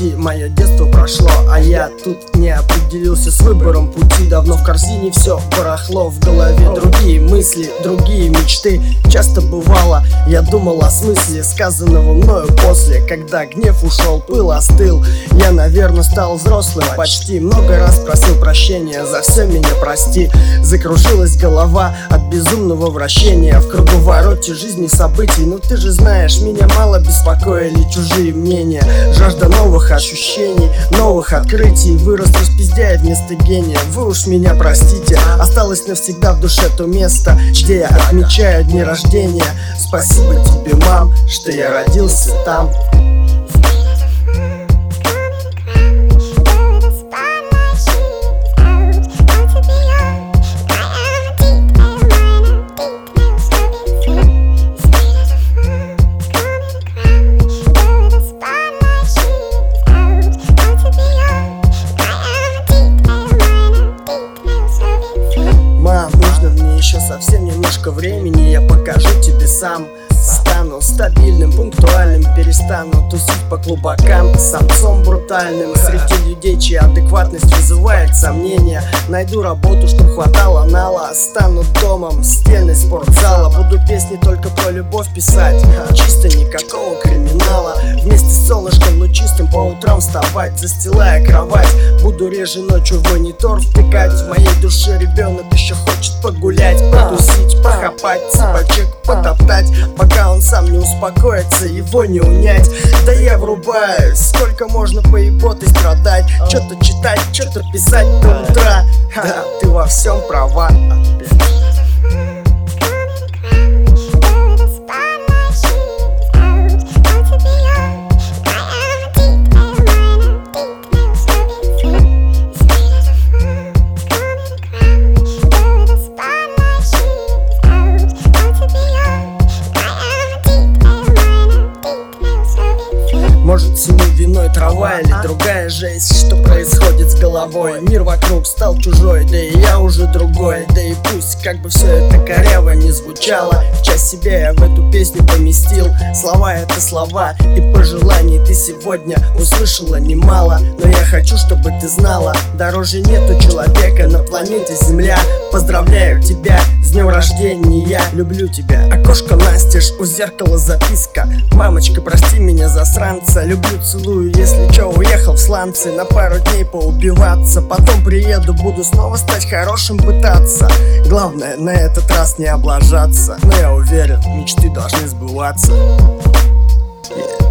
грусти, мое детство прошло, а я тут не определился с выбором пути. Давно в корзине все барахло, в голове другие мысли, другие мечты. Часто бывало, я думал о смысле сказанного мною после. Когда гнев ушел, пыл остыл, я, наверное, стал взрослым почти. Много раз просил прощения, за все меня прости. Закружилась голова от безумного вращения в круговороте жизни событий. Ну ты же знаешь, меня мало беспокоили чужие мнения. Жажда новых ощущений, новых открытий. Вырос распиздяя вместо гения. Вы уж меня простите, осталось навсегда в душе то место, где я отмечаю дни рождения. Спасибо тебе, мам, что я родился там. Совсем немножко времени, я покажу тебе сам. Стану стабильным, пунктуальным, перестану тусить по клубакам, самцом брутальным среди людей, чья адекватность вызывает сомнения. Найду работу, чтоб хватало нала, стану домом, стены спортзала. Буду песни только про любовь писать, чисто никакого криминала. Вместе с солнышком лучистым по утрам вставать, застилая кровать. Буду реже ночью в монитор втыкать. В моей душе ребенок еще хочет погулять, потусить, похапать, цыпочек потоптать. Пока он сам не успокоится, его не унять. Да я врубаюсь, сколько можно поеботой страдать. Что-то читать, что-то писать до утра. Да, ты во всем права. Может, всему виной трава или другая жесть, что происходит с головой. Мир вокруг стал чужой, да и я уже другой. Да и пусть, как бы все это коряво не звучало, часть себя я в эту песню поместил. Слова — это слова, и пожеланий ты сегодня услышала немало. Но я хочу, чтобы ты знала, дороже нету человека на планете Земля. Поздравляю тебя с днем рождения, люблю тебя. Окошко настежь, у зеркала записка: мамочка, прости меня, засранца. Люблю, целую, если чё, уехал в сланцы на пару дней поубиваться. Потом приеду, буду снова стать хорошим пытаться. Главное, на этот раз не облажаться. Но я уверен, мечты должны сбываться.